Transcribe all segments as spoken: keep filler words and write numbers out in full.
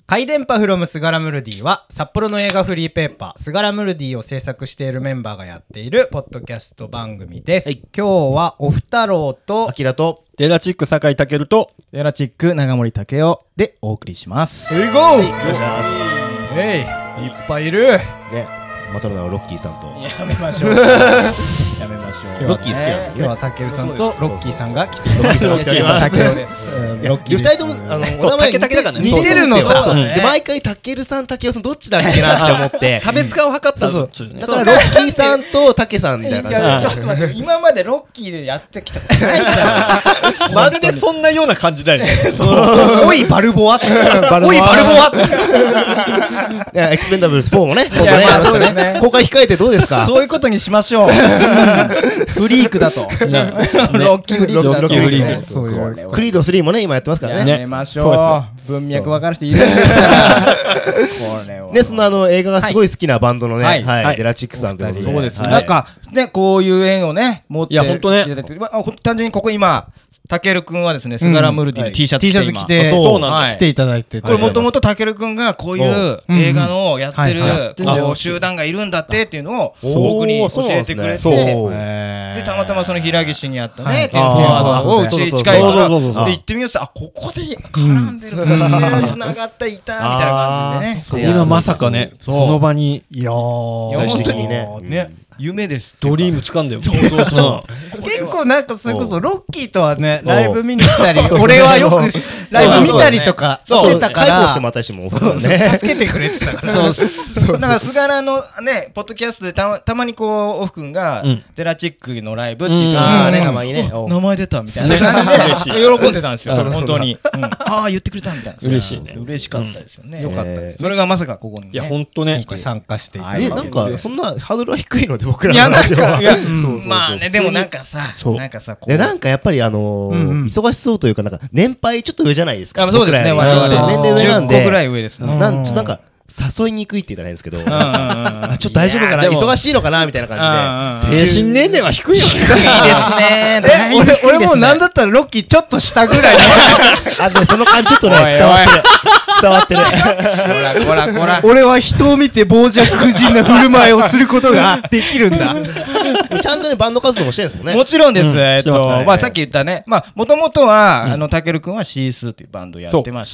回電波フロムスガラムルディは札幌の映画フリーペーパースガラムルディを制作しているメンバーがやっているポッドキャスト番組です、はい、今日はオフ太郎とアキラとデラチック酒井健とデラチック長森武雄でお送りします。 はい、ゴー、はい、お願いします。えい、いっぱいいるね。 またの名はロッキーさんとやめましょうやめましょう。 ロッキー好きなんですよね。 今日はたけるさんとロッキーさんが来ています。ロッキーはたけるです。 ロッキーふたりともあのお名前似てるのさ。で毎回たけるさんたけるさんどっちだっけなって思って差別化を図った。だからロッキーさんとたけさんみたいな感じ。 ちょっと待って、今までロッキーでやってきたことないからまるでそんなような感じだよね。 おいバルボアっておいバルボアってエクスペンダブルズフォーもね公開控えてどうですか。 そういうことにしましょう。フリークだと。ロッキーフリークだと。 クリードスリーもね今やってますからね。 やめましょう。文脈分かる人いるんですからね。そのあの映画がすごい好きなバンドのねデラチックさんということで、 そうです。なんかねこういう縁をね持っていや本当ね単純にここ今たけるくんはですね、スガラムルディの T シャツ着て、 T シャツ着て、そうなんです。来ていただいて、 これもともとたけるくんがこういう映画のやってるこう集団がいるんだってっていうのを僕に教えてくれて、でたまたまその平岸にあったね、テンポワードをうち近いからで行ってみようって、あここで絡んでる絡んでるつながったいたみたいな感じでね。 今まさかねこの場にいや最終的にね。 夢です。 ドリーム掴んだよ。そうそうそう。 結構なんかそれこそロッキーとはねライブ見に来たり、俺はよくライブ見たりとかしてたから、 介護してもらったりしても助けてくれてたから。 そう。だからスガラのねポッドキャストでたたまにこうオフ君がデラチックのライブって言ったら、 名前ね名前出たみたいな感じで喜んでたんですよ。本当に。ああ言ってくれたみたいな。 嬉しいね。 嬉しかったですよね。 よかったです。 それがまさかここにいや本当ね参加していた。 えなんかそんなハードルは低いので僕らのラジオは。 まあねでもなんかさなんかさでなんかやっぱりあの忙しそうというかなんか年配ちょっと上じゃないですか。 そうですね。我々 年齢上なんでじゅっこぐらい上ですね。 なんちょっとなんか誘いにくいって言ったらいいんですけど、ちょっと大丈夫かな忙しいのかなみたいな感じで精神年齢は低いよね。 低いですね。 俺俺もなんだったらロッキーちょっと下ぐらい。 あでその感じちょっとね伝わってる。伝わってる。 こらこらこら。 俺は人を見て傍若無人な振る舞いをすることができるんだ。 ちゃんとねバンド活動もしてるんですもんね。 もちろんです。えっとまあさっき言ったね、まあもともとはあのたけるくんはシースーっていうバンドやってまして、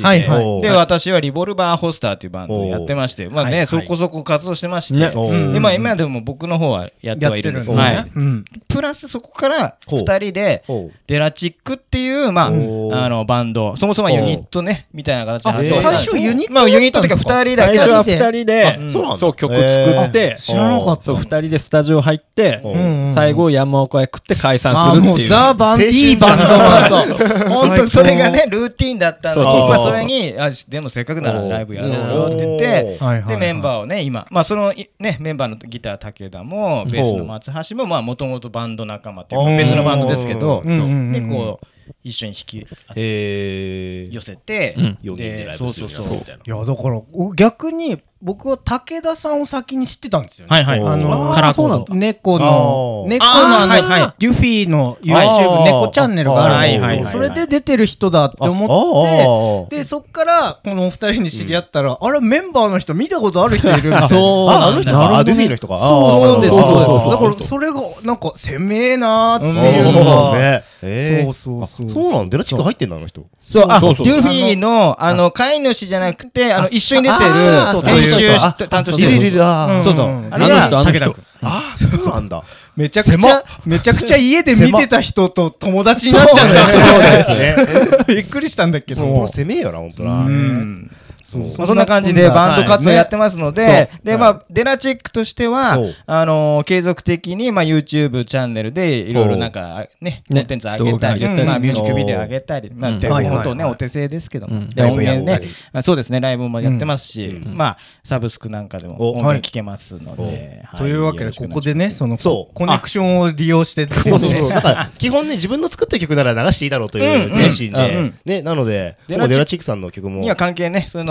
で私はリボルバーホスターっていうバンドをやってまして、まあねそこそこ活動してまして、でまあ今でも僕の方はやってはいるんです。はい。プラスそこからふたりでデラチックっていうまああのバンド、そもそもユニットねみたいな形で始まった。 最初ユニットまあユニットというかふたりだけ最初はふたりでそう曲作って知らなかった。 そうふたりでスタジオ入って最後山岡へ食って解散するっていうザ・バンディーバンド。 本当それがねルーティンだったのに、まあそれにあでもせっかくならライブやろうよって言ってでメンバーをね今まあそのねメンバーのギター武田もベースの松橋もまあもともとバンド仲間っていう別のバンドですけどでこう一緒に引き寄せてでそうそうそう。いやだから逆に僕は武田さんを先に知ってたんですよね。 はいはい。 あのカラコの猫の猫のあのデュフィーの YouTube 猫チャンネルがあるんですけど、それで出てる人だって思ってでそっからこのお二人に知り合ったらあれメンバーの人見たことある人いるんですよ。 ああの人かデュフィーの人か。 そうですそうです。だからそれがなんか鮮明なっていうのがそうそうそうそうなんデラチック入ってんのあの人。 そうあデュフィーのあの飼い主じゃなくてあの一緒に出てる編集担当してる。そうそう。あの人武田君。 あそうなんだ。 めちゃくちゃめちゃくちゃ家で見てた人と友達になっちゃうんだよ。びっくりしたんだけど。 札幌攻めよな本当な。 そうそんな感じでバンド活動やってますので、でまあデラチックとしてはあの継続的にまあ YouTube チャンネルでいろいろなんかねコンテンツ上げたり、まあミュージックビデオ上げたり、まあ本当ねお手製ですけども、で音源ねそうですねライブもやってますし、まあサブスクなんかでも音源聞けますので。 というわけでここでねそのコネクションを利用してそうそうそう。だから基本ね自分の作った曲なら流していいだろうという精神でねなのでデラチックさんの曲もには関係ねそういうの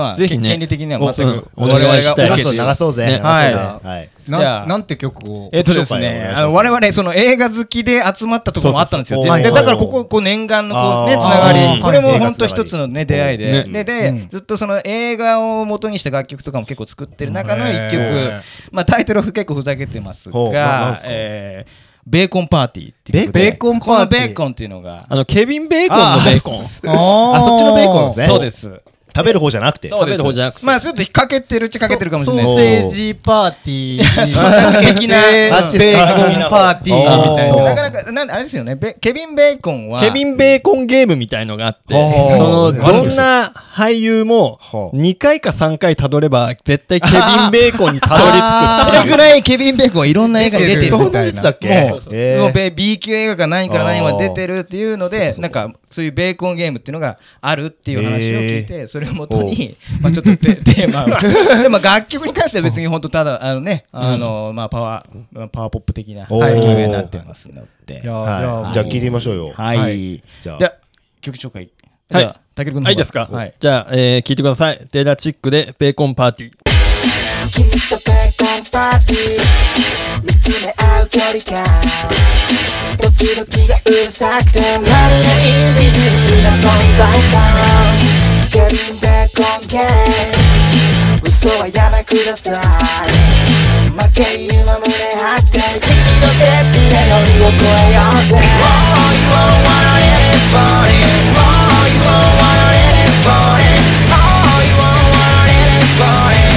はぜひね権利的には全く我 々が流そう流そうぜ。 はい。 ななんて曲をえっとですね、あの我々その映画好きで集まったところもあったんですよ。でだからこここう念願のこうねつながり、これも本当一つのね出会いで、ででずっとその映画を元にした楽曲とかも結構作ってる中の一曲、まあタイトルは結構ふざけてますが、えーベーコンパーティーっていうベーコンパーティー。 このベーコンっていうのがあのケビン・ベーコンのベーコン。 あ、そっちのベーコンですね。 そうです。 食べる方じゃなくて。 食べる方じゃなくて。まあちょっとかけてるっちゃかけてるかもしれない。 ソーセージパーティー的なベーコンパーティーみたいな。 なかなかなんあれですよね。ケビン・ベーコンはケビン・ベーコンゲームみたいのがあって、そのどんな俳優もにかいかさんかいたどれば絶対ケビン・ベーコンにたどり着く。 それぐらいケビン・ベーコンはいろんな映画に出てるみたいな。 もう B 級映画か何から何まで出てるっていうので、なんかそういうベーコンゲームっていうのがあるっていう話を聞いて、それをもとにまあちょっとテーマをでも楽曲に関しては別に本当ただあのねあのまあパワーパワーポップ的な曲になってますので、 じゃあ聴いてみましょうよ。 はい。じゃあ曲紹介。 はい。たけるくんの。はいですか。じゃあ聴いてください。テイラーチックでベーコンパーティー。 君とベーコンパーティー見つめ合う距離感ドキドキがうるさくてまるでインビジブルな存在感ケビン・ベーコンゲーム嘘はやめください負け犬の胸張って君の手っぴで乗りを越えようぜ Oh, you won't wanna let it fall in Oh, you won't wanna let it fall in Oh, you won't wanna let it fall in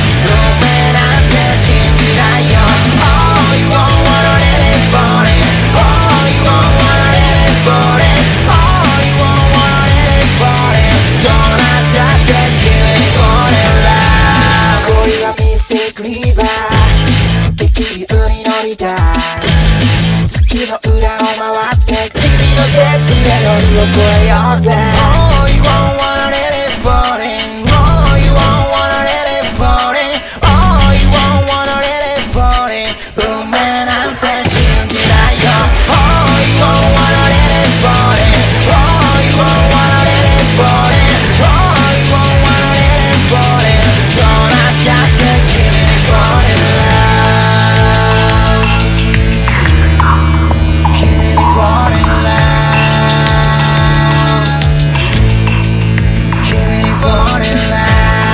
Oh, you won't wanna let it fall in Oh, you won't wanna let it fall in Oh, you won't wanna let it fall in どうなったって君にfall in love 恋はミスティックリバー激流に乗りたい月の裏を回って君の手っぴで乗りを越えようぜ Oh, you won't wanna let it fall in Oh, you won't wanna let it fall in Oh, you won't wanna let it fall in 運命なんて信じないよ Oh, you won't wanna let it fall in Oh, you won't wanna let it fall in Oh, you won't wanna let it fall in どうなったって君に fall in love 君に fall in love 君に fall in love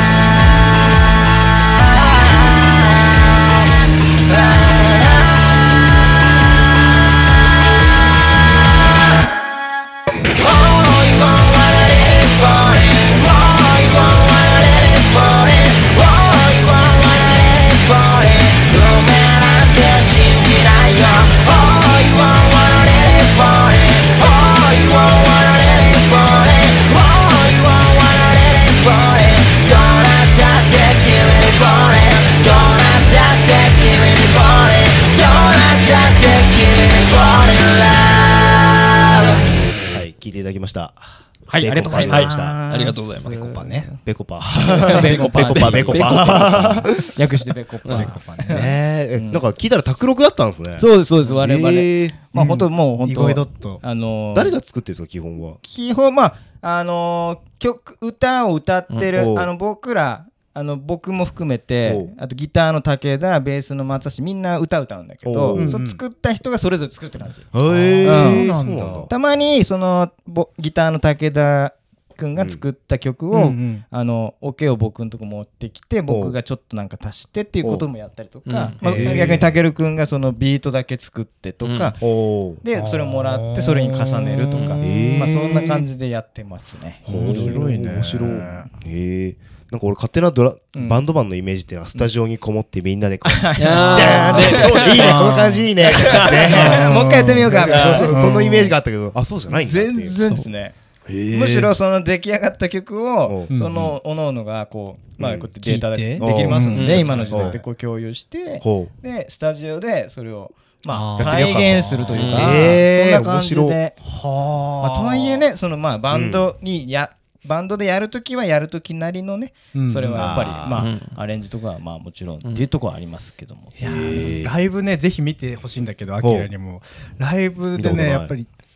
はい、ありがとうございました。ありがとうございます。 ベコパね。 ベコパ。 ベコパ。 ベコパ、ベコパ。 略してベコパ。ベコパね。 え、なんか聞いたら卓録だったんですね。 そうです、そうです。我々。まあ本当もう本当。 意外だった。 あの誰が作ってるんですか基本は。 基本まああの曲歌を歌ってるあの僕ら。あの僕も含めてあとギターの武田ベースの松橋みんな歌歌うんだけどそ作った人がそれぞれ作るって感じ。たまにそのギターの武田君が作った曲をあのオケを僕のとこ持ってきて僕がちょっとなんか足してっていうこともやったりとか逆に武君がそのビートだけ作ってとかでそれをもらってそれに重ねるとかまあそんな感じでやってますね。 面白いね。面白い。へえ。なんか俺勝手なドラ、うん、バンドマンのイメージっていうのはスタジオにこもってみんなでこう、うん、じゃーねいいねこの感じいいねって感じでもう一回やってみようかそうそうそのイメージがあったけどあそうじゃないんだ全然ですね。むしろその出来上がった曲をその各々がこうまあこうやってデータでできますんで今の時点でこう共有してでスタジオでそれをまあ再現するというかそんな感じでまあとはいえねそのまあバンドにやバンドでやるときはやるときなりのね、うん、それはやっぱりまあアレンジとかはまあもちろんっていうところはありますけども、 いやライブねぜひ見てほしいんだけどアキラにもライブでねやっぱり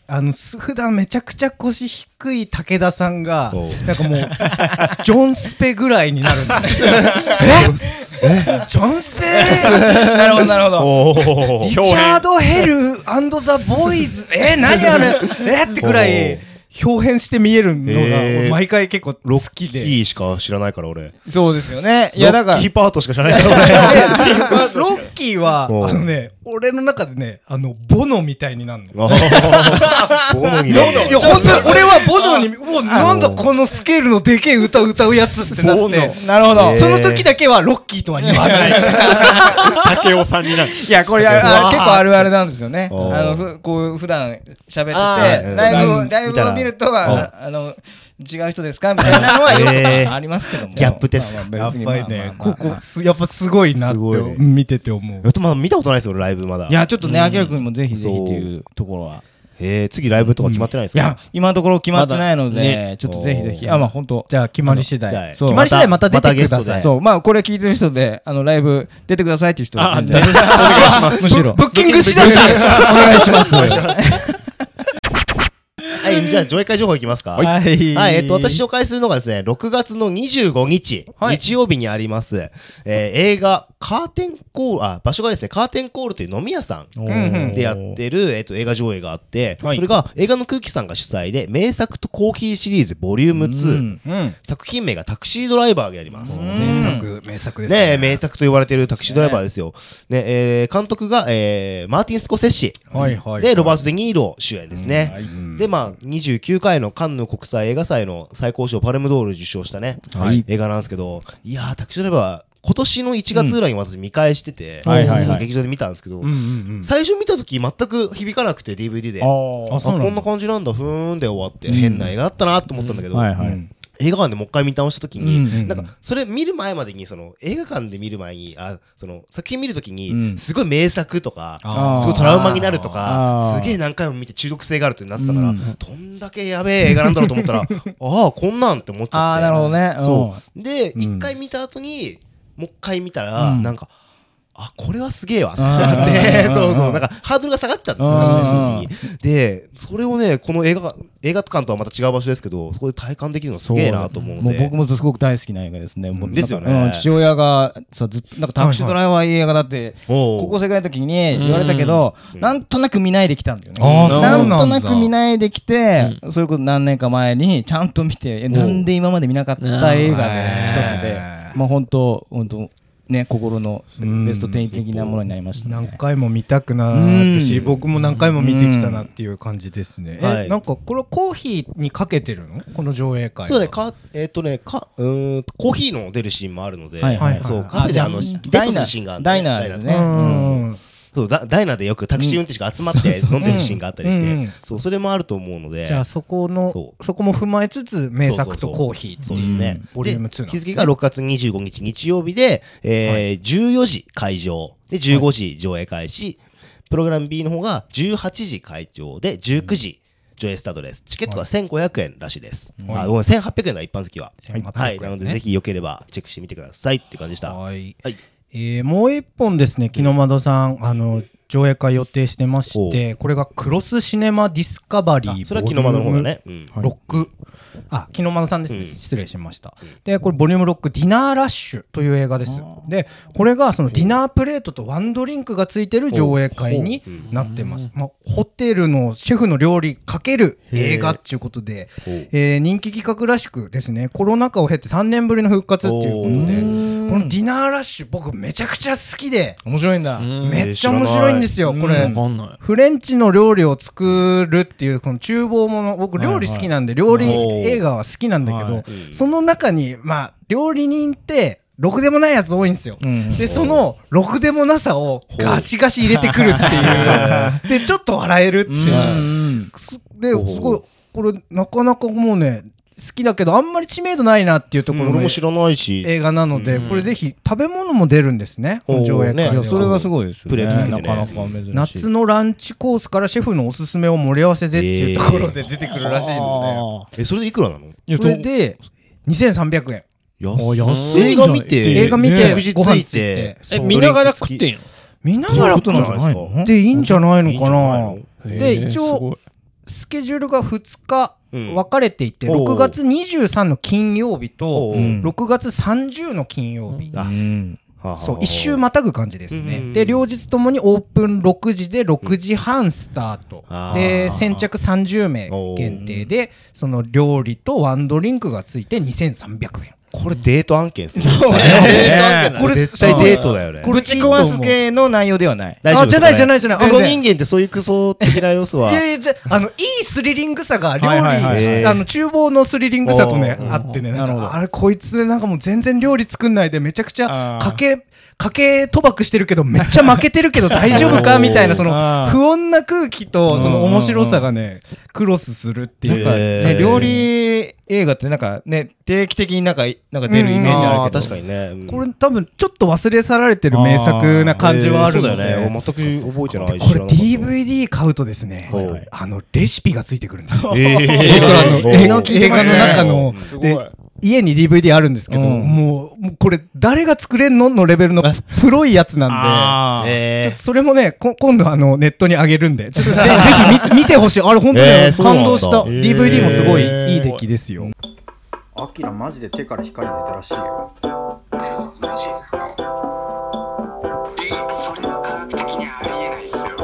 あの普段めちゃくちゃ腰低い武田さんがなんかもうジョンスペぐらいになるんですよ。えジョンスペなるほどなるほど。 リチャード・ヘル&ザ・ボーイズえ何あれえってくらい表変して見えるのが毎回結構好きで。 ロッキーしか知らないから俺。 そうですよね。いやだからロッキーパートしか知らないからロッキーはあのね俺の中でねあのボノみたいになるの。 ボノになる。 いや本当に俺はボノにうわなんだこのスケールのでけえ歌歌うやつってなって。 なるほど。 その時だけはロッキーとは言わない。 竹雄さんになる。 いやこれ結構あるあるなんですよね。あのふこう普段喋っててライブライブを見るとはあの違う人ですかみたいなのはよくありますけども。 ギャップテスト。 やっぱりねここやっぱすごいなって見てて思う。 やっとまだ見たことないですよライブまだ。 いやちょっとねあきらくんもぜひぜひっていうところは。 えー、次ライブとか決まってないですか？ いや今のところ決まってないのでちょっとぜひぜひあまあ本当じゃあ決まり次第決まり次第また出てください。 そうまあこれ聞いてる人であのライブ出てくださいっていう人は全然お願いします。むしろブッキングしだしたお願いします。 はい、じゃあ上映会情報いきますか。 はい。 はい、えっと、私紹介するのがですね、ろくがつのにじゅうごにち、はい、日曜日にあります、えー、映画、カーテンコール、あ、場所がですね、カーテンコールという飲み屋さんでやってる、えっと、映画上映があって、はい、それが映画の空気さんが主催で、名作とコーヒーシリーズボリュームツー、うんうん、作品名がタクシードライバーがやります。 名作、名作ですね。ね、名作と言われているタクシードライバーですよ。ね、えー、監督が、えー、マーティン・スコセッシ。 はいはい。 で、ロバート・デ・ニーロ主演ですね。はい、で、まあ、にじゅうきゅうかいのカンヌ国際映画祭の最高賞パルムドール受賞したね、はい、映画なんですけど、いやータクシードライバー今年のいちがつぐらいに私見返してて、うんはいはいはい、劇場で見たんですけど、うんうんうん、最初見た時全く響かなくて ディーブイディー で ああこんな感じなんだふーんで終わって、うん、変な映画だったなと思ったんだけど、うんはいはい、映画館でもう一回見直した時に、うんうんうん、なんかそれ見る前までにその映画館で見る前にあその作品見る時に、うん、すごい名作とかすごいトラウマになるとかすげえ何回も見て中毒性があるってなってたから、うん、どんだけやべえ映画なんだろうと思ったらああこんなんって思っちゃってあなるほどねそうで一、うん、回見た後にもう一回見たら、うん、なんかあこれはすげえわってなってそうそうなんかハードルが下がったんですよねでそれをねこの映画映画館とはまた違う場所ですけどそこで体感できるのすげえなと思うのでもう僕もすごく大好きな映画ですねもうですよね、 うん、父親がさずっとなんかタクシードライバーいい映画だって高校生ぐらいの時に言われたけどなんとなく見ないできたんだよねなんとなく見ないできてそれこそ何年か前にちゃんと見てなんで今まで見なかった映画の一つでまあ本当本当ね、心のベストテン的なものになりましたね。 何回も見たくなったし、僕も何回も見てきたなっていう感じですね。え、はい、なんかこれコーヒーにかけてるの？この上映会。 そうね、かえっとね、かうーんコーヒーの出るシーンもあるので、はいはいはい、そうカフェであのデートするシーンがある、ね、 ダイナーでね。そうそうそうダ, ダイナーでよくタクシー運転手が集まって飲んでるシーンがあったりして、うん、そうそれもあると思うのでじゃあそこの そ, そこも踏まえつつ名作とコーヒーそうですねボリュームツー日付がろくがつにじゅうごにち日曜日で、えーはい、じゅうよじ開場でじゅうごじ上映開始、はい、プログラム B の方がじゅうはちじ開場でじゅうくじ上映スタートです。チケットはせんごひゃくえんらしいです。はい、あごめんせんはっぴゃくえんだ一般席は、はいはい、なのでぜひよければチェックしてみてくださいって感じでした。はい、はいえー、もう一本ですね木野窓さんあの上映会予定してましてこれがクロスシネマディスカバリーそれは木野窓の方だね、うん、 ロックあ木野窓さんですね、うん、失礼しました、うん、でこれボリュームロックディナーラッシュという映画ですでこれがそのディナープレートとワンドリンクがついてる上映会になってます、まあ、ホテルのシェフの料理かける映画っていうことで、えー、人気企画らしくですねコロナ禍を経てさんねんぶりの復活っていうことでこのディナーラッシュ僕めちゃくちゃ好きで面白いんだめっちゃ面白いんですよこれフレンチの料理を作るっていうこの厨房もの僕料理好きなんで料理映画は好きなんだけどその中にまあ料理人ってろくでもないやつ多いんですよ、うん、でそのろくでもなさをガシガシ入れてくるっていうでちょっと笑えるっていうですごいこれなかなかもうね好きだけどあんまり知名度ないなっていうところの映画なので、うん、これぜひ食べ物も出るんですね、うん、上映会では、 ね、それがすごいですよね。 プレートつけてねなかなか珍しい夏のランチコースからシェフのおすすめを盛り合わせてっていうところで出てくるらしいので、 えー、それでいくらなの？ それでにせんさんびゃくえん安い映画見て映画見てご飯ついてえ見ながら食ってんの？ 見ながら食っていいんじゃないのかな。で一応スケジュールがふつかうん分かれていて、ろくがつにじゅうさんの金曜日とうんろくがつさんじゅうの金曜日、 あうんそう一周またぐ感じですね、 うんで両日ともにオープンろくじでろくじはんスタート、 あーで先着さんじゅうめい限定でその料理とワンドリンクがついてにせんさんびゃくえん。 これデート案件っすね。 ねこれ絶対デートだよね。 これぶち壊す系の内容ではない。 大丈夫ですかねあじゃないじゃないじゃないクソ人間ってそういうクソ的な要素は。 いやいやじゃあのいいスリリングさが料理、 はいはいはいあの厨房のスリリングさとねおーあってね、なんなるほどかあれこいつなんかもう全然料理作んないでめちゃくちゃあーかけかけ賭博してるけどめっちゃ負けてるけど大丈夫かみたいなそのあー不穏な空気とその面白さがねクロスするっていうか、 へーね料理映画ってなんかね定期的になんかなんか出るイメージあるけど、 あー確かにね。うんこれ多分ちょっと忘れ去られてる名作な感じはあるので、 えーそうだよね。全く覚えてない。 でこれ知らなかったディーブイディー 買うとですね、 はいはいあのレシピがついてくるんですよ。 えー映画のおー映画の映画の中のすごいで家に ディーブイディー あるんですけど、 うんもうもうこれ誰が作れんののレベルのプロいやつなんあーえで、ちょっとそれもねこ今度あのネットに上げるんでちょっとぜぜひ見見てほしい。あれ本当に、 えーそうなんだ感動した、 えー ディーブイディー もすごいいい出来ですよ。 アキラマジで手から光出たらしいよ。 マジですか？え、それは科学的にありえないっすよ。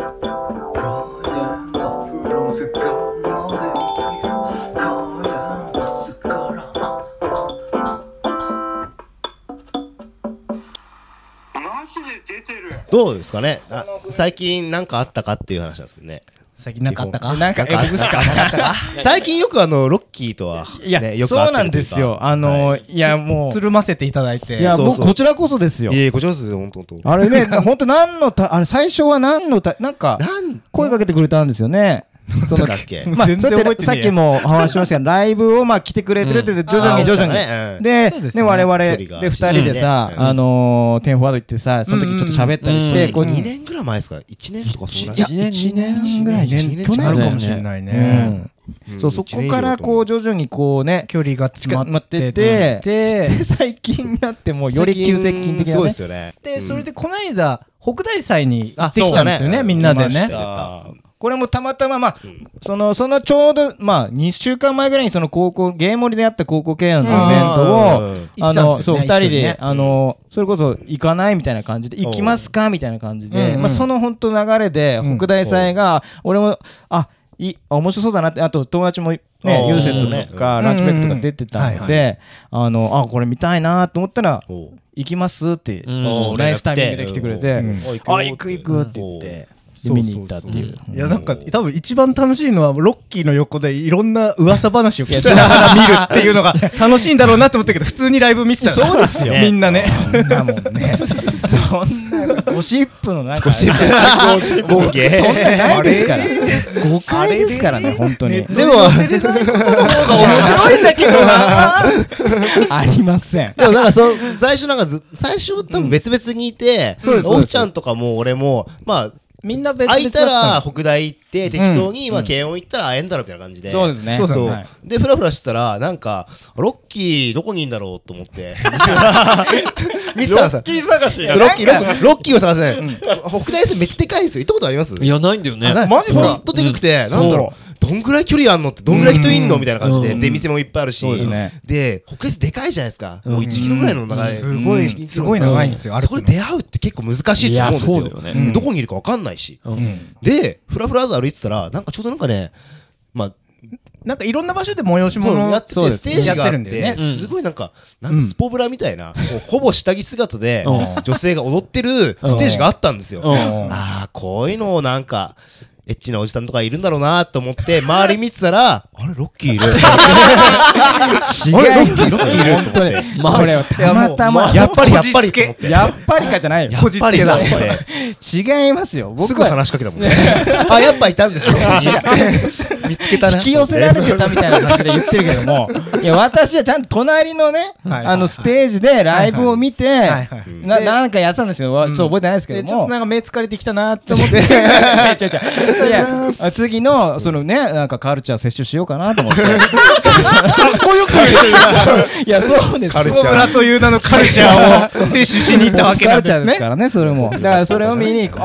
マジで出てる。 どうですかね。あ最近なんかあったかっていう話なんですけどね。 最近なかったかなんかえ僕っすか最近よくあのロッキーとは、ね、 いや、 よく会ってそうなんるというかですよ。あの、、 はいやもうつるませていただいていやそうそう僕こちらこそですよい。やいやこちらこそですよ本当本当。 あれね本当何のたあれ最初は何のたなんかなん声かけてくれたんですよね。そのだっけ。 まあ、 全然そうやっ覚えてねえやてさっきもお話ししましたけどライブをまあ来てくれてるって言って徐々に徐々に、 ね。 でそうですよねね我々 距離がでふたりでさ、 うんあのー、テンフォワード行ってさその時ちょっと喋ったりして、 うんこうにねんぐらい前ですか。いちねんとかそんな。 いや一年ぐらいね一年去年あるかだよもしれないね、 うんうんそうそこからこう徐々にこうね距離が近まっててでで最近になってもうより急接近的なそうねですよね。 でそれでこの間北大祭に行あってきたんですよねみんなでね行きましたよこれもたまたままあうんそのそのちょうどまあにしゅうかんまえぐらいにその高校ゲームリでやった高校慶応のイベントをあーあのそう行ってたんですよねふたりで一緒にねあのそれこそ行かないみたいな感じで行きますかみたいな感じうんでうんまあその本当流れでうん北大祭が俺もあいい面白そうだなってあと友達もねおーユーセットとかうんランチベックとか出てたのうんうんはいであのあこれ見たいなと思ったらおう行きますってうんおうナイスタイミングで来てくれてうんあ行く行くって言ってで見に行ったっていう。 いやなんか多分一番楽しいのはロッキーの横でいろんな噂話を聞きながら見るっていうのが楽しいんだろうなと思ったけど普通にライブ見てたそうですよみんなねそんなもんね。そんなゴシップのなんかゴシップボーゲそんなないですから。誤解ですからね本当に。 でも面白いんだけどなありません。 でもなんかその最初なんかず最初多分別々にいて、 そうですオフちゃんとかも俺もまあみんな別々 空いたらだっ北大行って適当にまあ慶応行ったら会えんだろみたいな感じで、 そうですね。 そうだねそうはいでフラフラしてたらなんかロッキーどこにいんだろうと思ってミスターさんキー探しロッキーロッロッキーを探せない北大生めっちゃでかいんですよ行ったことありますいやないんだよね。 マジほんとでかくて、 んなんだろう、どんぐらい距離あんのって、どんぐらい人いんのうんみたいな感じで、 うん出店もいっぱいあるし、 そうですねで、北越でかいじゃないですか、もういちキロぐらいの長い、 すごいすごい長いんですよ歩くのそこで出会うって結構難しいと思うんですよ。 いやそうだよねどこにいるか分かんないし。 うんで、ふらふらと歩いてたら、なんかちょうどなんかね、まあ、 なんかいろんな場所で催しそう物やってて、 そうですステージがあやってるって、 んだよねすごいなんか、なんかスポブラみたいな、もうほぼ下着姿でうん女性が踊ってるステージがあったんですよ。 うんああ、こういうのをなんか、エッチなおじさんとかいるんだろうなと思って、周り見てたら、あれ、ロッキーいる。 違いますよ本当に。これはたまたま。 やっぱり、やっぱりと思って。 やっぱりかじゃないよ。 やっぱりだと思って。 違いますよ。 すぐ僕は話しかけたもんね。あ、やっぱいたんですね。見つけたな。 引き寄せられてたみたいな感じで言ってるけども、いや私はちゃんと隣のね、 はいあのステージでライブを見て、 はいはいななんかやってたんですよ。ちょっと覚えてないですけどもでちょっと。なんか目疲れてきたなって思っていや違う違ういや次のそのねなんかカルチャー摂取しようかなと思ってかっこよくいやそうですカルチャースポブラという名のカルチャーを摂取しに行ったわけなんですねカルチャーですからねそれもだからそれを見に行くあ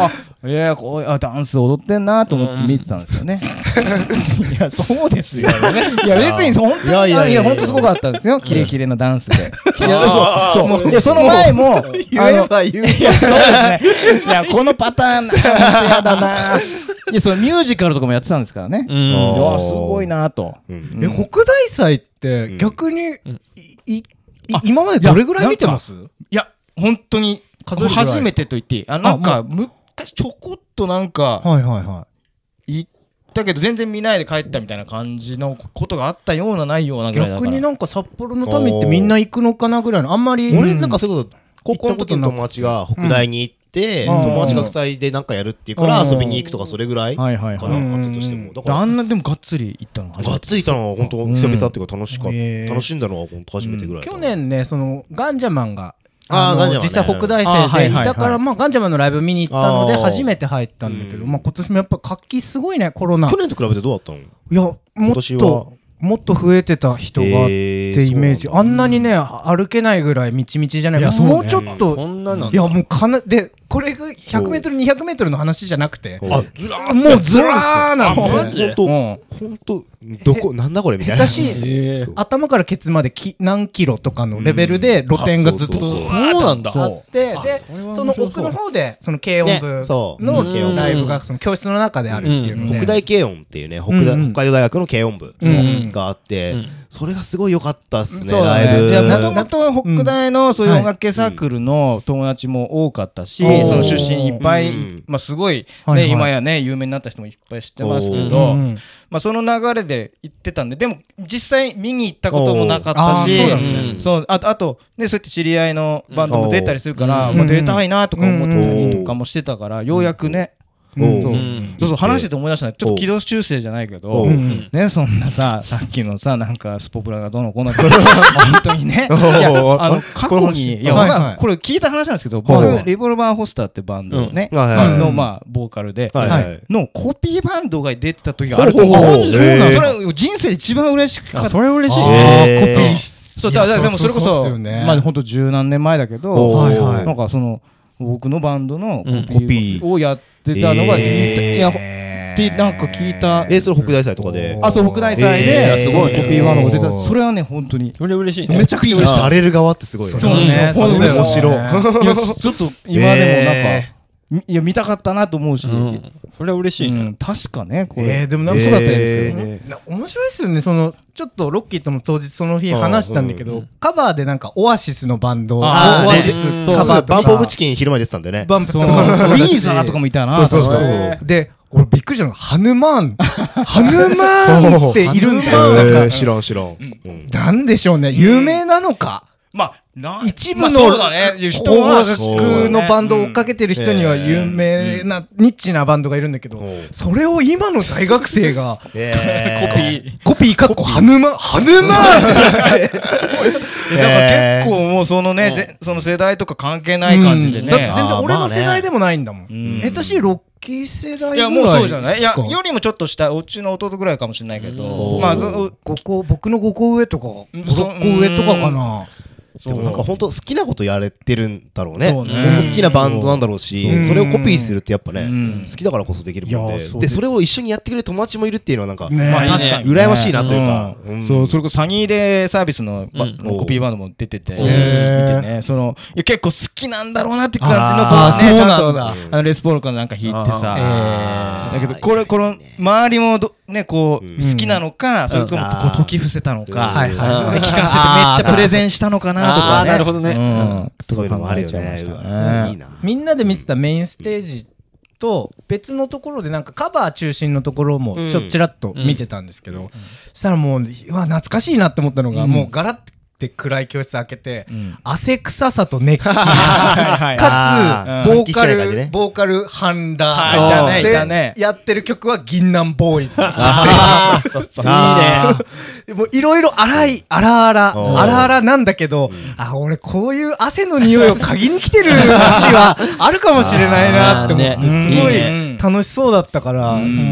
いやこうあダンス踊ってんなと思って見てたんですよね。いやそうですよ。いや別に本当にいやいやいや本当すごかったんですよ。キレキレなダンスで。いやそうそう。いやその前も言えば言う。 いやそうですね。いやこのパターンやだな。いやそのミュージカルとかもやってたんですからね。いやすごいなと。 え北大祭って逆に今までどれぐらい見てます？ いや本当に初めてと言っていい。あなんか昔ちょこっとなんか行ったけど全然見ないで帰ったみたいな感じのことがあったようなないようなぐらいだから。 逆になんか札幌の民ってみんな行くのかなぐらいのあんまり。 俺なんかそういうこと高校の時の友達が北大に行って友達学祭でなんかやるっていうから遊びに行くとかそれぐらいかなあったとしても。 だからあんなでもがっつり行ったのがっつり行ったのは本当久々っていうか楽しかった楽しんだのは本当初めてぐらい。 去年ねそのガンジャマンがあの実際北大生でいたからまあガンジャマンのライブ見に行ったので初めて入ったんだけどまあ今年もやっぱ活気すごいねコロナ。 去年と比べてどうだったの？ いやもっともっと増えてた人がってイメージ。あんなにね歩けないぐらいみちみちじゃない。もうちょっといやもうかなでこれがひゃくメートルにひゃくメートルの話じゃなくてもうずらーなんでほんとどこなんだこれみたいな。 下手し頭からケツまでき何キロとかのレベルで露店がずっとそうなんだあってでその奥の方でその軽音部のライブがその教室の中であるっていうので北大軽音っていうね北海道大学の軽音部があってそれがすごい良かったっすねライブ。 もともと北大のそういう音楽系サークルの友達も多かったしその出身いっぱいまあすごいね今やね有名になった人もいっぱい知ってますけどまあその流れで行ってたんででも実際見に行ったこともなかったしそうあとねそうやって知り合いのバンドも出たりするからもう出たいなとか思ってたりとかもしてたからようやくねそうそうそう話してて思い出したね。ちょっと軌道修正じゃないけどねそんなささっきのさなんかスポブラがどうのこうのって本当にねいやあの過去にいやこれ聞いた話なんですけど僕リボルバーホスターってバンドねのまあボーカルでのコピーバンドが出てた時があると思う。それ人生一番嬉しかった。 それ嬉しいコピーそうだでもそれこそまあ本当十何年前だけどなんかその僕のバンドのコピーをやってたのがいやってなんか聞いた。 えそれ北大祭とかであそう北大祭ですごいコピーバンドが出た。それはね本当にそれ嬉しい。 めちゃくちゃ嬉しい。される側ってすごい。 そうね。 面白い。 いやちょっと今でもなんかいや見たかったなと思うしそれは嬉しいね。 確かねこれでもなんかそうだったんですけど面白いですよね。そのちょっとロッキーとも当日その日話したんだけどカバーでなんかオアシスのバンドオアシスカバーバンプオブチキン昼間出てたんだよね。 バンプウィーザーとかもいたな。 そうそうそうで俺びっくりしたのがハヌマーンハヌマーンっているんだよ。 知らん知らん。 なんでしょうね有名なのか。 まあ一部の邦楽のバンドを追っかけてる人には有名なニッチなバンドがいるんだけどそれを今の大学生がコピーコピーかっこハヌマハヌマーンってだから結構もうそのねその世代とか関係ない感じでね。 だって全然俺の世代でもないんだもん。下手しいロッキー世代ぐらい。いやもうそうじゃない。いやよりもちょっと下うちの弟ぐらいかもしれないけどまあここ僕のごこ上とかろっこ上とかかな。 でもなんか本当好きなことやれてるんだろうね。本当好きなバンドなんだろうしそれをコピーするってやっぱね好きだからこそできるもんででそれを一緒にやってくれる友達もいるっていうのはなんか羨ましいなというかそうそれこそサニーデーサービスのコピーバンドも出てて見てねその結構好きなんだろうなって感じのバンドねちゃんとレスポールからなんか弾いてさだけどこれこの周りもねこう好きなのかそれともこう解き伏せたのか聞かせてめっちゃプレゼンしたのかなとかね。 なるほどね。 そういうのもあるよね。 いいな。みんなで見てたメインステージと別のところでなんかカバー中心のところもちょっちらっと見てたんですけどそしたらもううわ懐かしいなって思ったのがもうガラッて暗い教室開けて汗臭さと熱気かつボーカルボーカルハンラーでやってる曲は銀杏ボーイズ。いいね。もういろいろ荒い荒々荒々なんだけどあ俺こういう汗の匂いを嗅ぎに来てる節はあるかもしれないなって思ってすごい楽しそうだったから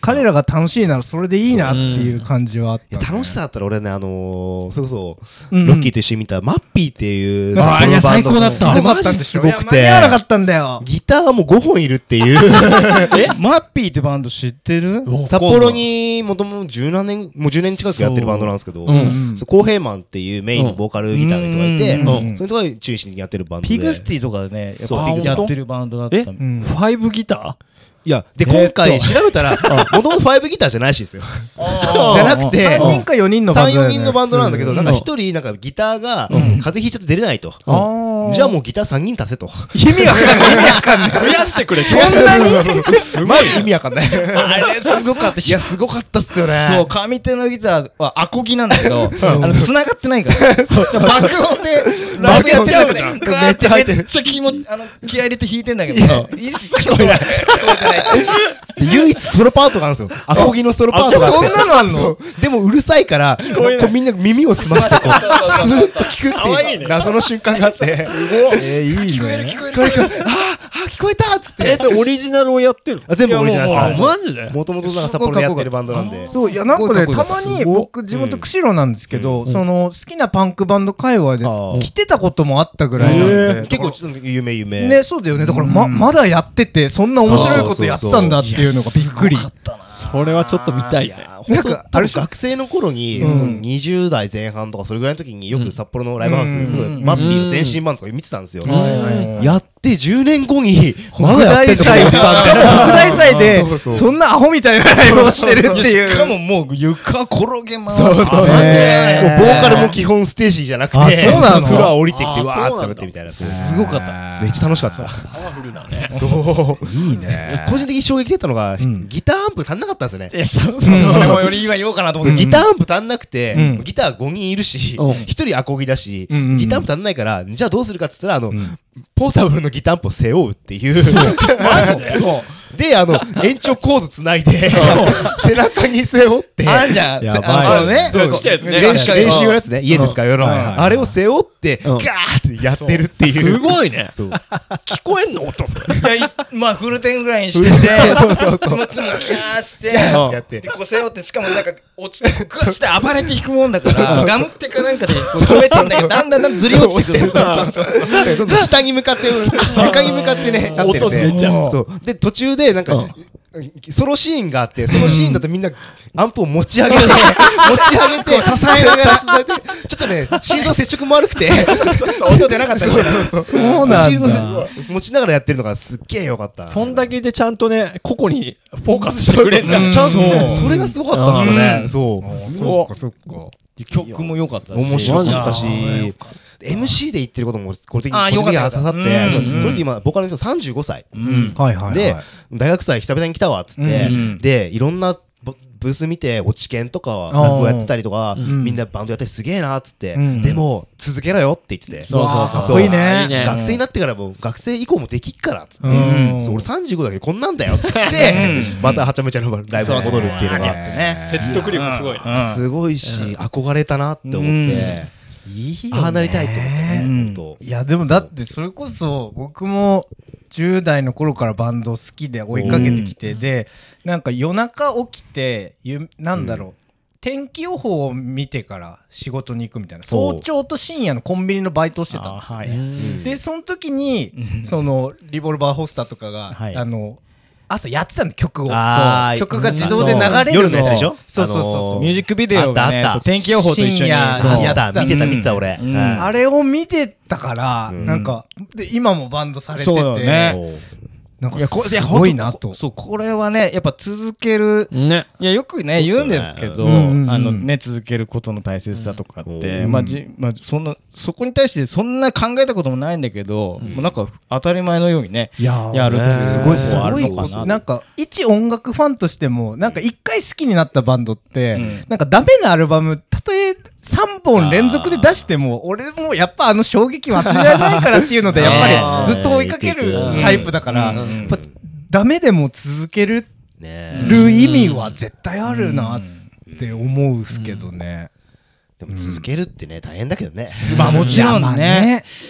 彼らが楽しいならそれでいいなっていう感じはあった、ね、 楽しさだったら俺ねあのー、それこそロッキーと一緒に見たマッピーっていう、 うん、あれ最高だった。 あれマジすごくて間に合わなかったんだよ。 ギターがもうごほんいるっていうえマッピーってバンド知ってる？ 札幌にもともと十何年もうじゅうねん近くやってるバンドなんですけど、コーヘイマンっていうメインのボーカルギターの人がいて、うん、その人が中心にやってるバンドで、 ピグスティとかでねやっぱやってるバンドだった。え、 うん、ファイブギター？ いやで今回調べたらもともとファイブギターじゃないしですよじゃなくてさんにんかよにんのバンド、ね、 さん、よにんのバンドなんだけど、なんかひとりなんかギターが風邪ひいちゃって出れないと、うん、じゃあもうギターさんにん足せと意味わかんない意味わかんない増やしてくれそんなにマジ意味わかんないあれすごかった。 いやすごかったっすよね。 そう上手のギターはアコギなんだけどあの繋がってないから爆音でライブやってるからめっちゃ入ってる。めっちゃ気もあの気合入れて弾いてんだけど一切聞こえない聞こえてない唯一ソロパートがあるんですよ。アコギのソロパートがあって。 そんなのあんの？ でもうるさいからこうみんな耳を澄ませてこうスーッと聞くっていう謎の瞬間があって。えー、いいね。 聞こえる聞こえる。 ああ聞こえたっつって。 えオリジナルをやってる？ 全部オリジナルです。 マジで？ もともとなんか札幌でやってるバンドなんで。 そういやなんかねたまに僕地元釧路なんですけど、その好きなパンクバンド界隈で来てたこともあったぐらいなんで。 結構有名有名。 ねそうだよね。だからままだやっててそんな面白いことやってたんだっていうのがびっくり。 これはちょっと見たいね。 なんかある学生の頃ににじゅう代前半とかそれぐらいの時によく札幌のライブハウスマッピーの前身版とか見てたんですよ。やってじゅうねんごにまだやってた。しかも北大祭でそんなアホみたいなライブをしてるっていう。 しかももう床転げ回る。 そうそう。ボーカルも基本ステージじゃなくてフロア降りてきてわーって喋ってみたいな。すごかった。 めっちゃ楽しかった。 パワフルだね。 そういいね。 個人的に衝撃だったのがギターアンプ足んなかったんですよね。 そうそう俺もより今言おうかなと思って。 ギターアンプ足んなくてギターごにんいるしひとりアコギだしギターアンプ足んないからじゃあどうするかっつったらあのポータブルのギターアンプを背負うっていう。 マジで？そう。 であの延長コードつないで背中に背負ってあんじゃんやばいあのね練習練習のやつね家で使うようなあれを背負ってガーってやってるっていうすごいね聞こえんの音まあフルテンぐらいにしててそうそうそういつもギャーってやってでこう背負ってしかもなんか落ちてグッて暴れて弾くもんだからガムってかなんかで止めてんだけどだんだんだんずり落ちてくるどんどん下に向かって床に向かってねなってるねそうで途中でなんかソロシーンがあってそのシーンだとみんなアンプを持ち上げて持ち上げて支えながらちょっとね心臓接触も悪くて音出なかったりしてそうなんだ持ちながらやってるのがすっげえよかった。 そんだけでちゃんとね個々にフォーカスしてくれるんだちゃんとそれがすごかったっすよね。そうそうかそうか曲も良かった面白かったしエムシー で言ってることもこれ的に個人的に刺さってそれって今ボーカルの人さんじゅうごさいで大学祭久々に来たわっつってでいろんなブース見て落ち研とか落語やってたりとかみんなバンドやってすげえなっつってでも続けろよって言っててそうそうそういいね学生になってからも学生以降もできっからっつって俺さんじゅうごだけこんなんだよっつってまたはちゃめちゃのライブに戻るっていうのが説得力すごいすごいし憧れたなって思ってああなりたいと思ってね。 いやでもだってそれこそ僕もじゅう代の頃からバンド好きで追いかけてきてでなんか夜中起きてなんだろう天気予報を見てから仕事に行くみたいな早朝と深夜のコンビニのバイトをしてたんですよね。でその時にそのリボルバーホスターとかがあの朝やってたんだ曲を曲が自動で流れる夜のやつでしょ。 そうそうそうミュージックビデオがね天気予報と一緒にやってた見てた見てた俺あれを見てたからなんかで今もバンドされててなんかすごいなと。 そうこれはねやっぱ続けるねいやよくね言うんですけどあのね続けることの大切さとかってまあじまあそんなそこに対してそんな考えたこともないんだけどもうなんか当たり前のようにねやるってすごいすごいなんか一音楽ファンとしてもなんか一回好きになったバンドってなんかダメなアルバムたとえさんぼん連続で出しても俺もやっぱあの衝撃忘れられないからっていうのでやっぱりずっと追いかけるタイプだからやっぱダメでも続ける意味は絶対あるなって思うっすけどね。 でも続けるってね大変だけどね。 まあもちろんね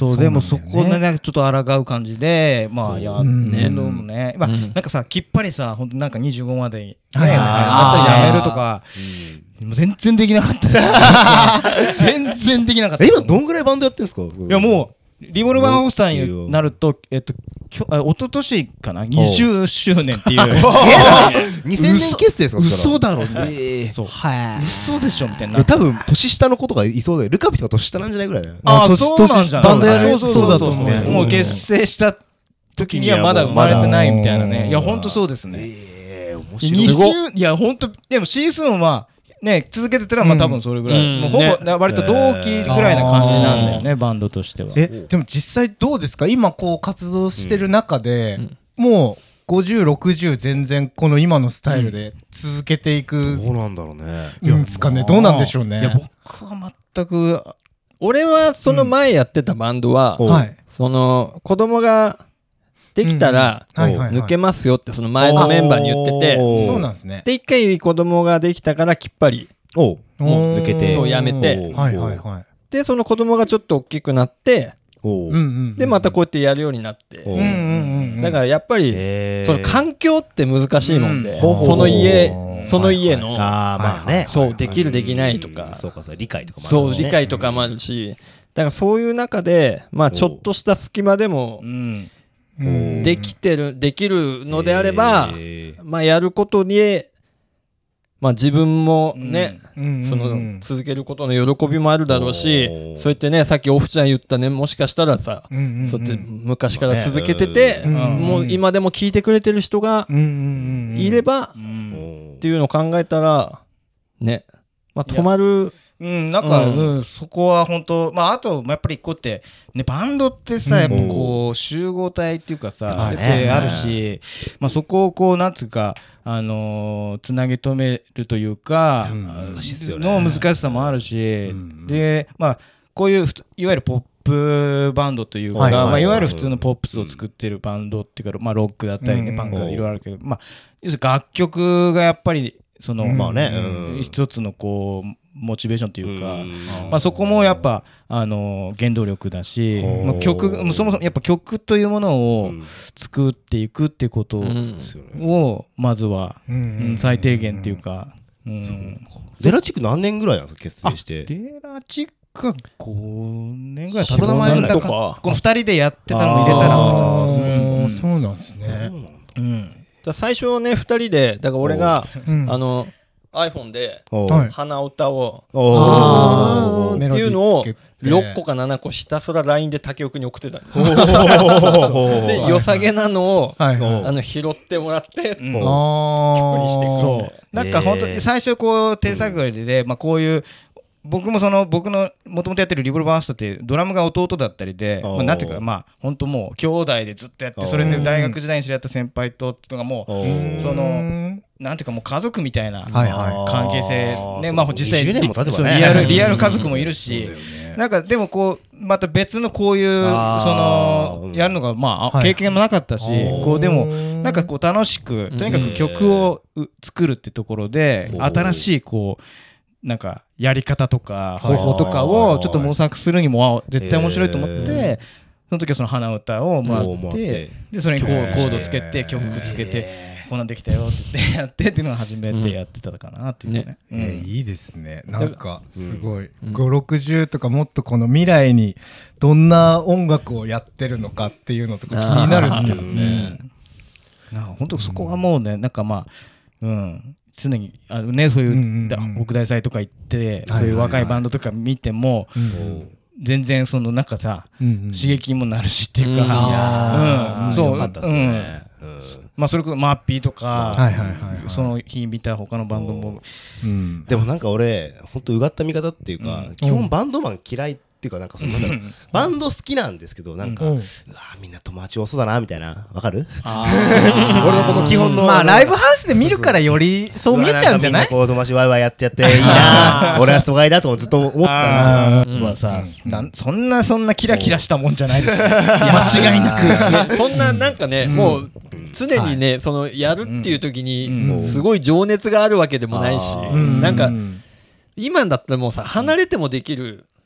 そうでもそこでねちょっと抗う感じでまあやってるのもねまあなんかさきっぱりさ本当なんかにじゅうごまでねだったらやめるとか全然できなかった全然できなかった。 今どんぐらいバンドやってんすか？いやもうリボルバーホスターになると、えっと、きょあ一昨年かな、にじゅっしゅうねんっていう。 にせんねん結成ですか？ 嘘だろね。そう。嘘でしょみたいな。 多分、年下の子とかいそうで、ルカピとか年下なんじゃないぐらいだよ。 ああ、そうなんじゃないバンドやるそうだと思う。もう結成した時にはまだ生まれてないみたいなね。いや、ほんとそうですね。 ええ、面白い。いや、ほんと、でもシーズンは、ね、続けてたらまあ多分それぐらい、もうほぼ割と同期ぐらいな感じなんだよね、バンドとしては。 えでも実際どうですか今こう活動してる中で、もうごじゅうろくじゅう全然この今のスタイルで続けていく、 どうなんだろうね。 いやですかねどうなんでしょうね。 いや僕は全く俺はその前やってたバンドは、その子供ができたら抜けますよってその前のメンバーに言ってて、 そうなんですね。 で一回子供ができたからきっぱりもう抜けてそうやめて、でその子供がちょっと大きくなって、でまたこうやってやるようになって、だからやっぱりその環境って難しいもんで、その家その家のそうできるできないとか、 そうかそう理解とかもあるし、 そう理解とかもあるし、だからそういう中でまあちょっとした隙間でもできてるできるのであれば、まあやることにまあ自分もね、その続けることの喜びもあるだろうし、そうやってねさっきオフちゃん言ったね、もしかしたらさ、そうやって昔から続けてて、もう今でも聞いてくれてる人がいればっていうのを考えたらね、まあ止まる。 うん、なんか、うん、そこは本当、まあ、あと、やっぱり一個って、ね、バンドってさ、やっぱこう、集合体っていうかさ、ってあるし、まあ、そこをこう、なんつうか、あのー、つなぎ止めるというか、 難しいっすよね。 の難しさもあるし、で、まあ、こういう、いわゆるポップバンドというか、まあ、いわゆる普通のポップスを作ってるバンドっていうか、まあ、ロックだったりね、パンクがいろいろあるけど、まあ、要するに楽曲がやっぱり、その、まあね、一つのこう、モチベーションというか、まあそこもやっぱあの原動力だし、まあ曲そもそもやっぱ曲というものを作っていくっていうことをまずは最低限っていうか。 デラチック何年ぐらいなんですか結成して？ デラチックはごねんぐらい経ったなんだかこのふたりでやってたのも入れたら、 そうなんですね。 最初ねふたりでだから俺があのiPhone で鼻歌をっていうのをろっこかななこひたすら ライン で竹雄くんに送ってたで良さげなのをあの拾ってもらって曲にしてくる。 なんか本当に最初こう手探りでまあこういう僕もその僕のもともとやってるリボルバーストってドラムが弟だったりで、まあ、なんていうかまあ本当もう兄弟でずっとやってそれで大学時代に知り合った先輩とっていうのがもうそのなんていうかもう家族みたいな関係性ね、まあ実際リアルリアル家族もいるし、なんかでもこうまた別のこういうそのやるのがまあ経験もなかったし、こうでもなんかこう楽しくとにかく曲を作るってところで新しいこうなんかやり方とか方法とかをちょっと模索するにも絶対面白いと思ってその時はその鼻歌をもらってでそれにこうコードつけて曲つけてこんなんできたよって言ってやってっていうのを初めてやってたかなっていうね。 いいですね。なんかすごいご、ろくじゅうとかもっとこの未来にどんな音楽をやってるのかっていうのとか気になるんですけどね。 本当そこはもうねなんかまあうん常にあのねそういう北大祭とか行ってそういう若いバンドとか見ても全然そのなんかさ刺激にもなるしっていうか、うんそうまあそれこそマッピーとかその日見た他のバンドもでもなんか俺本当うがった見方っていうか基本バンドマン嫌いっていうかなんかそのなんだろうバンド好きなんですけどなんかうわみんな友達多そうだなみたいなわかる？俺のこの基本のまあライブハウスで見るからよりそう見えちゃうんじゃない？ こう友達ワイワイやってやっていいな俺は疎外だとずっと思ってたんですよ。 まあさそんなそんなキラキラしたもんじゃないですよ間違いなくそんななんかねもう常にねそのやるっていう時にすごい情熱があるわけでもないしなんか今だったらもうさ離れてもできる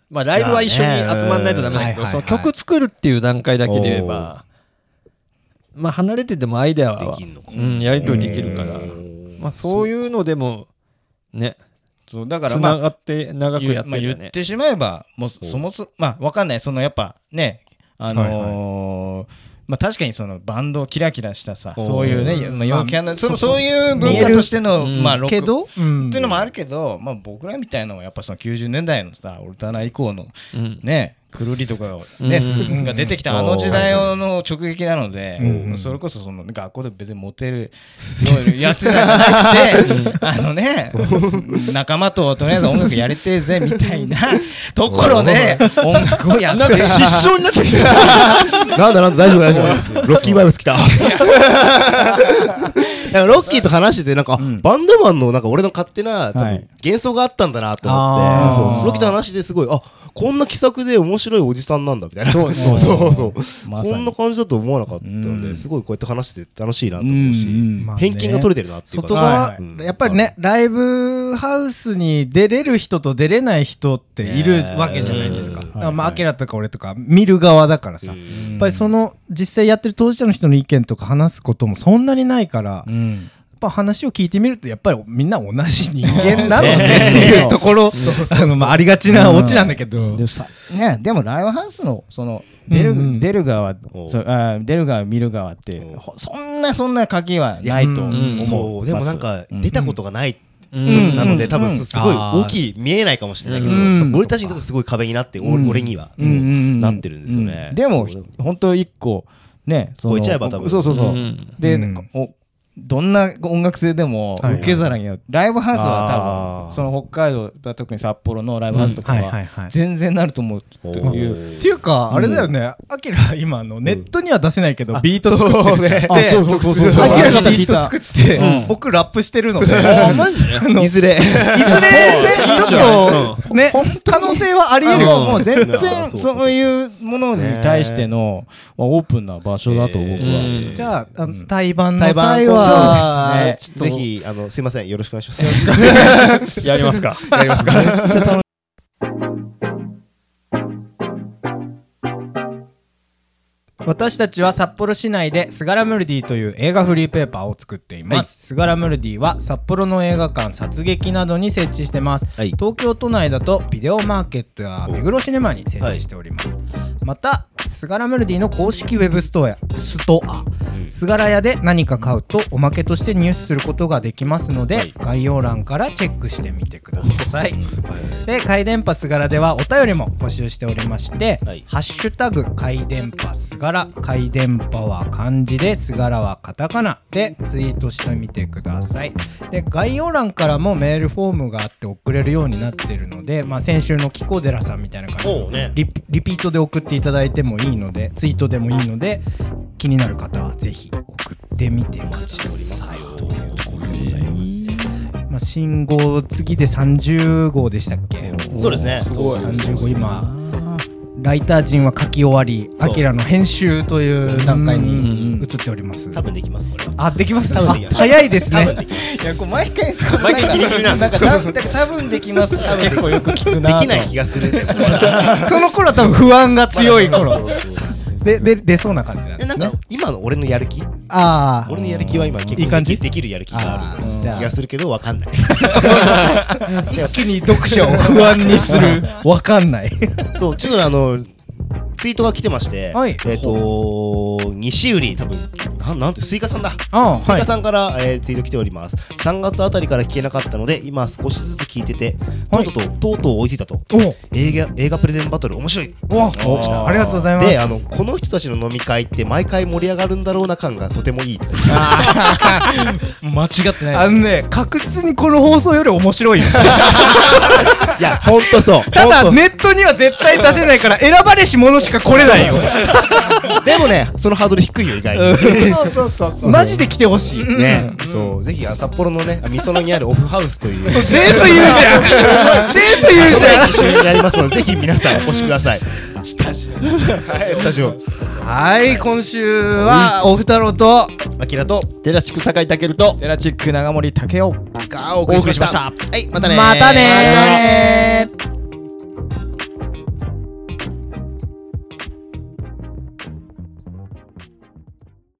まあライブは一緒に集まんないとダメだけど、その曲作るっていう段階だけで言えば、まあ離れててもアイデアはうんやり取りできるから、まあそういうのでもね、 そうだからつながって長くやってるよね。 言ってしまえばもうそもそもまあわかんない、そのやっぱねあのまあ確かにそのバンドキラキラしたさ、そういうね、まあ陽キャなそういう文化としてのまあロックっていうのもあるけど、まあ僕らみたいなのはやっぱそのきゅうじゅうねんだいのさオルタナ以降のねくるりとかねが出てきたあの時代の直撃なので、それこそその学校で別にモテるやつじゃなくてあのね仲間ととりあえず音楽やりてえぜみたいなところで音楽をやってなんか失笑になってきたなんだなんだ大丈夫大丈夫ロッキーバイブス来たロッキーと話しててなんかバンドマンのなんか俺の勝手な多分幻想があったんだなって思ってロッキーと話してすごいあこんな気さくで面白いおじさんなんだみたいなそうそうそうそうこんな感じだと思わなかったのですごいこうやって話して楽しいなと思うし偏見が取れてるなっていうか外側やっぱりねライブハウスに出れる人と出れない人っているわけじゃないですか。まあアキラとか俺とか見る側だからさやっぱりその実際やってる当事者の人の意見とか話すこともそんなにないからやっぱ話を聞いてみるとやっぱりみんな同じ人間なのねっていうところありがちなオチなんだけどねでもライブハウスのその出る出る側出る側見る側ってそんなそんな鍵はないと思う。 でもなんか出たことがないなので多分すごい大きい見えないかもしれないけど俺たちにとってすごい壁になって俺にはそうなってるんですよね。 でも本当一個ね超えちゃえば多分そうそうそうでどんな音楽性でも受け皿にライブハウスは多分その北海道特に札幌のライブハウスとかは全然なると思うっていうっていうかあれだよねアキラ今のネットには出せないけどビート作ってるでアキラがビート作ってて僕ラップしてるのでいずれいずれちょっとね可能性はありえるもう全然そういうものに対してのオープンな場所だと僕はじゃあ対バンの際はそうですね。ぜひあのすいませんよろしくお願いします。 やりますか。 やりますか。 私たちは札幌市内でスガラムルディという映画フリーペーパーを作っています、はい、スガラムルディは札幌の映画館殺撃などに設置してます、はい、東京都内だとビデオマーケットや目黒シネマに設置しております、はい、またスガラムルディの公式ウェブストアストアスガラ屋で何か買うとおまけとして入手することができますので、はい、概要欄からチェックしてみてください、はい、で回電波スガラではお便りも募集しておりまして、はい、ハッシュタグ回電波スガラ回電波は漢字でスガラはカタカナでツイートしてみてください。で概要欄からもメールフォームがあって送れるようになっているので、まあ、先週のキコデラさんみたいな感じで、ね、リ, リピートで送っていただいてもいいのでツイートでもいいので気になる方はぜひ送ってみてくださいというところでございます。まあ、新号次でさんじゅうごうでしたっけ。 そうですね。 すごいさんじゅうご今ライター陣は書き終わりアキラの編集という段階に移っております。 多分できますこれは。 あできます。多分できます。早いですね。 いやこう毎回さ毎回ギリギリなんだから多分できます。結構よく聞くな。 できない気がする。 その頃は多分不安が強い頃。でで出そうな感じなんですね。 なんか今の俺のやる気、 ああ、 俺のやる気は今結構いい感じできるやる気がある気がするけどわかんない。 一気に読者を不安にするわかんない。 そうちょっとあのツイートが来てまして、はい、えっ、ー、と西売り多分なんなんてスイカさんだ。あスイカさんから、はいえー、ツイート来ております。さんがつあたりから聞けなかったので今少しずつ聞いてて、はい、とうとうとうとう追いついたと。映画映画プレゼンバトル面白い。 おありがとうございます。 であのこの人たちの飲み会って毎回盛り上がるんだろうな感がとてもいい。 間違ってない。 あのね確実にこの放送より面白いよ。 いやほんとそう。 ただネットには絶対出せないから選ばれし者しか来れないよ。 でもねそのハードル低いよ意外に。 そうそうそうそうマジで来てほしいね。そうぜひ札幌のねみそのにあるオフハウスという全部言うじゃん全部言うじゃん一緒にやりますのでぜひ皆さんお越しください。スタジオはいスタジオはい今週はおふたろうとあきらとテラチック酒井健とテラチック長森武雄がお送りしました。はいまたねまたね